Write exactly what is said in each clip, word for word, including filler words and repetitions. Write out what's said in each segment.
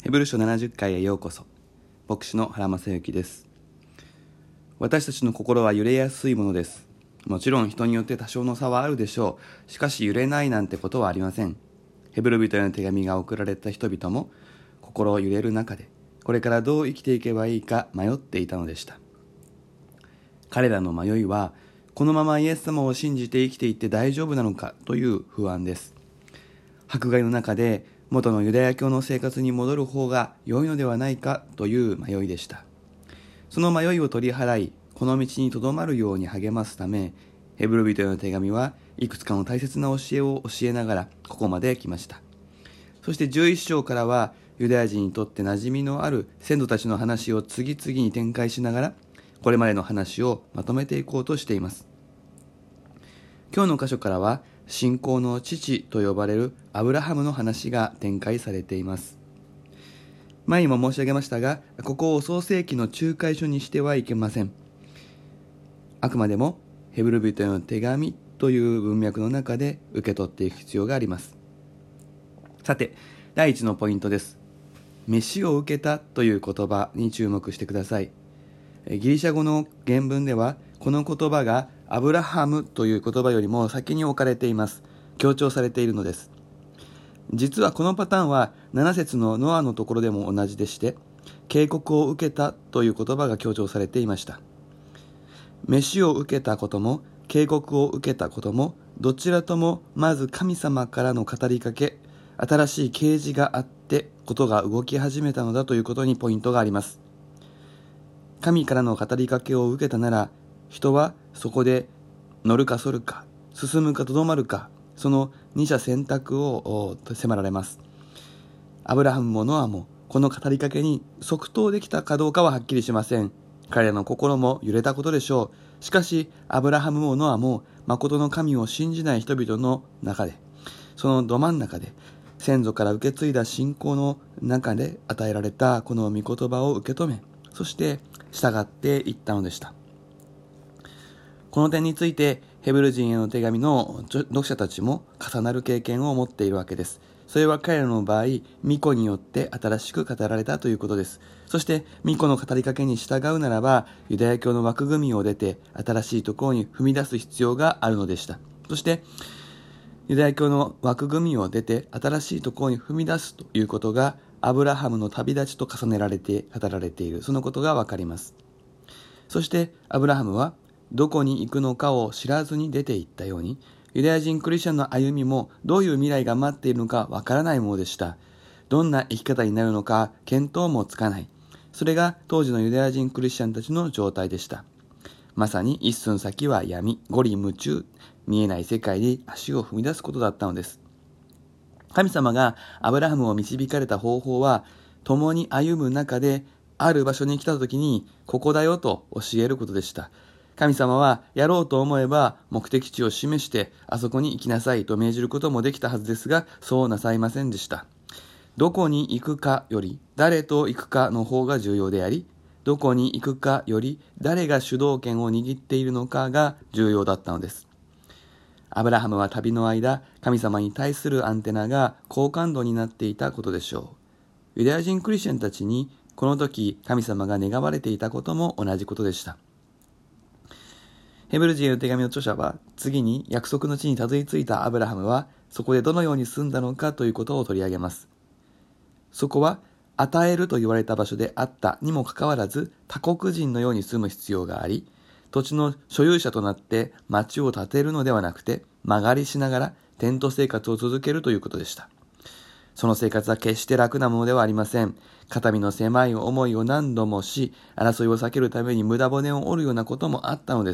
ヘブル書ななじゅっかいへようこそ。牧師の原正幸です。私たちの心は揺れやすいものです。もちろん人によって多少の差はあるでしょう。しかし揺れないなんてことはありません。ヘブル人への手紙が送られた人々も心を揺れる中で、これからどう生きていけばいいか迷っていたのでした。彼らの迷いは、このままイエス様を信じて生きていって大丈夫なのかという不安です。迫害の中で元のユダヤ教の生活に戻る方が良いのではないかという迷いでした。その迷いを取り払い、この道にとどまるように励ますため、ヘブル人への手紙はいくつかの大切な教えを教えながらここまで来ました。そしてじゅういっ章からはユダヤ人にとって馴染みのある先祖たちの話を次々に展開しながら、これまでの話をまとめていこうとしています。今日の箇所からは信仰の父と呼ばれるアブラハムの話が展開されています。前にも申し上げましたが、ここを創世記の仲介書にしてはいけません。あくまでもヘブル人への手紙という文脈の中で受け取っていく必要があります。さて、第一のポイントです。飯を受けたという言葉に注目してください。ギリシャ語の原文ではこの言葉がアブラハムという言葉よりも先に置かれています。強調されているのです。実はこのパターンはなな節のノアのところでも同じでして、警告を受けたという言葉が強調されていました。飯を受けたことも警告を受けたこともどちらともまず神様からの語りかけ、新しい啓示があってことが動き始めたのだということにポイントがあります。神からの語りかけを受けたなら、人はそこで乗るか反るか、進むかとどまるか、その二者選択を迫られます。アブラハムもノアもこの語りかけに即答できたかどうかははっきりしません。彼らの心も揺れたことでしょう。しかしアブラハムもノアも誠の神を信じない人々の中で、そのど真ん中で先祖から受け継いだ信仰の中で与えられたこの御言葉を受け止め、そして従っていったのでした。この点についてヘブル人への手紙の読者たちも重なる経験を持っているわけです。それは彼らの場合、御子によって新しく語られたということです。そして御子の語りかけに従うならば、ユダヤ教の枠組みを出て新しいところに踏み出す必要があるのでした。そしてユダヤ教の枠組みを出て新しいところに踏み出すということがアブラハムの旅立ちと重ねられて語られている、そのことがわかります。そしてアブラハムはどこに行くのかを知らずに出て行ったように、ユダヤ人クリスチャンの歩みもどういう未来が待っているのかわからないものでした。どんな生き方になるのか見当もつかない。それが当時のユダヤ人クリスチャンたちの状態でした。まさに一寸先は闇、五里夢中、見えない世界に足を踏み出すことだったのです。神様がアブラハムを導かれた方法は、共に歩む中である場所に来た時にここだよと教えることでした。神様はやろうと思えば目的地を示してあそこに行きなさいと命じることもできたはずですが、そうなさいませんでした。どこに行くかより誰と行くかの方が重要であり、どこに行くかより誰が主導権を握っているのかが重要だったのです。アブラハムは旅の間、神様に対するアンテナが高感度になっていたことでしょう。ユダヤ人クリスチャンたちにこの時神様が願われていたことも同じことでした。ヘブル人への手紙の著者は次に約束の地にたどり着いたアブラハムはそこでどのように住んだのかということを取り上げます。そこは与えると言われた場所であったにもかかわらず、他国人のように住む必要があり、土地の所有者となって町を建てるのではなくて、間借りしながらテント生活を続けるということでした。その生活は決して楽なものではありません。肩身の狭い思いを何度もし、争いを避けるために無駄骨を折るようなこともあったのです。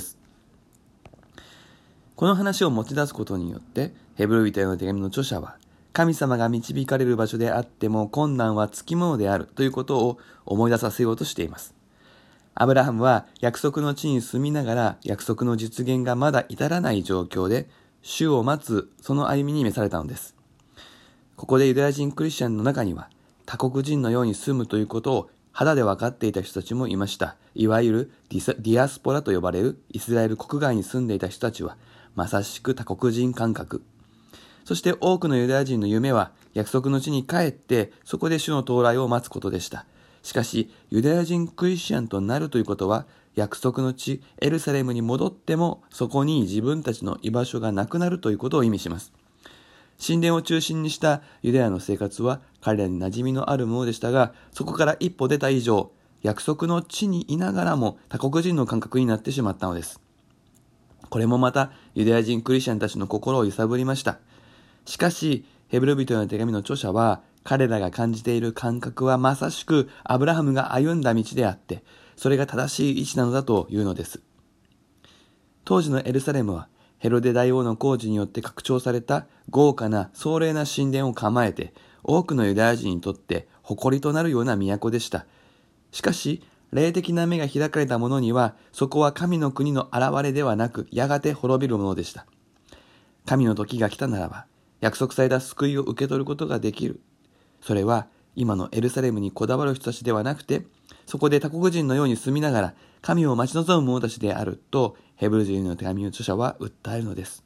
この話を持ち出すことによって、ヘブル人への手紙の著者は、神様が導かれる場所であっても困難はつきものであるということを思い出させようとしています。アブラハムは約束の地に住みながら約束の実現がまだ至らない状況で、主を待つその歩みに召されたのです。ここでユダヤ人クリスチャンの中には、他国人のように住むということを肌で分かっていた人たちもいました。いわゆるディサ、ディアスポラと呼ばれるイスラエル国外に住んでいた人たちは、まさしく他国人感覚。そして多くのユダヤ人の夢は、 約束の地に帰ってそこで主の到来を待つことでした。しかしユダヤ人クリスチャンとなるということは、約束の地エルサレムに戻ってもそこに自分たちの居場所がなくなるということを意味します。神殿を中心にしたユダヤの生活は彼らに馴染みのあるものでしたが、そこから一歩出た以上、約束の地にいながらも他国人の感覚になってしまったのです。これもまたユダヤ人クリスチャンたちの心を揺さぶりました。しかしヘブル人への手紙の著者は、彼らが感じている感覚はまさしくアブラハムが歩んだ道であって、それが正しい位置なのだというのです。当時のエルサレムはヘロデ大王の工事によって拡張された豪華な壮麗な神殿を構えて、多くのユダヤ人にとって誇りとなるような都でした。しかし霊的な目が開かれた者には、そこは神の国の現れではなく、やがて滅びるものでした。神の時が来たならば、約束された救いを受け取ることができる。それは今のエルサレムにこだわる人たちではなくて、そこで他国人のように住みながら神を待ち望む者たちであると、ヘブル人の手紙の著者は訴えるのです。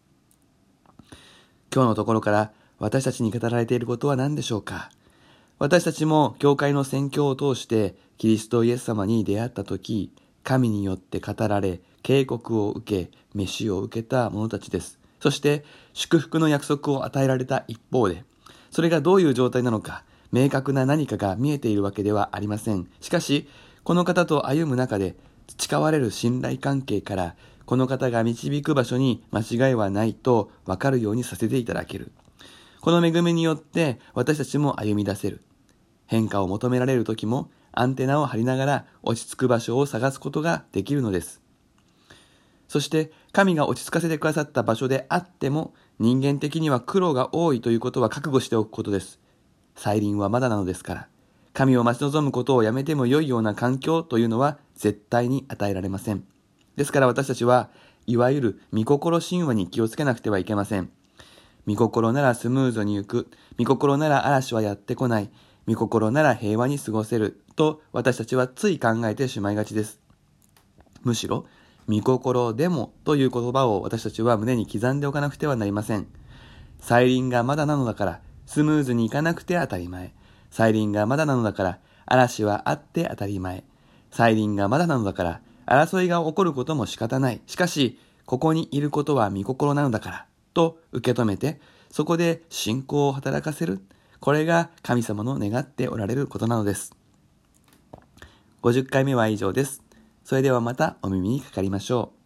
今日のところから私たちに語られていることは何でしょうか。私たちも教会の宣教を通してキリストイエス様に出会ったとき、神によって語られ警告を受け召しを受けた者たちです。そして祝福の約束を与えられた一方で、それがどういう状態なのか、明確な何かが見えているわけではありません。しかしこの方と歩む中で培われる信頼関係から、この方が導く場所に間違いはないと分かるようにさせていただける。この恵みによって私たちも歩み出せる。変化を求められる時もアンテナを張りながら落ち着く場所を探すことができるのです。そして神が落ち着かせてくださった場所であっても、人間的には苦労が多いということは覚悟しておくことです。再臨はまだなのですから、神を待ち望むことをやめても良いような環境というのは絶対に与えられません。ですから私たちはいわゆる御心神話に気をつけなくてはいけません。御心ならスムーズに行く、御心なら嵐はやってこない、御心なら平和に過ごせると私たちはつい考えてしまいがちです。むしろ御心でもという言葉を私たちは胸に刻んでおかなくてはなりません。再臨がまだなのだからスムーズにいかなくて当たり前。再臨がまだなのだから嵐はあって当たり前。再臨がまだなのだから争いが起こることも仕方ない。しかしここにいることは御心なのだからと受け止めて、そこで信仰を働かせる。これが神様の願っておられることなのです。ごじゅっかいめは以上です。それではまたお耳にかかりましょう。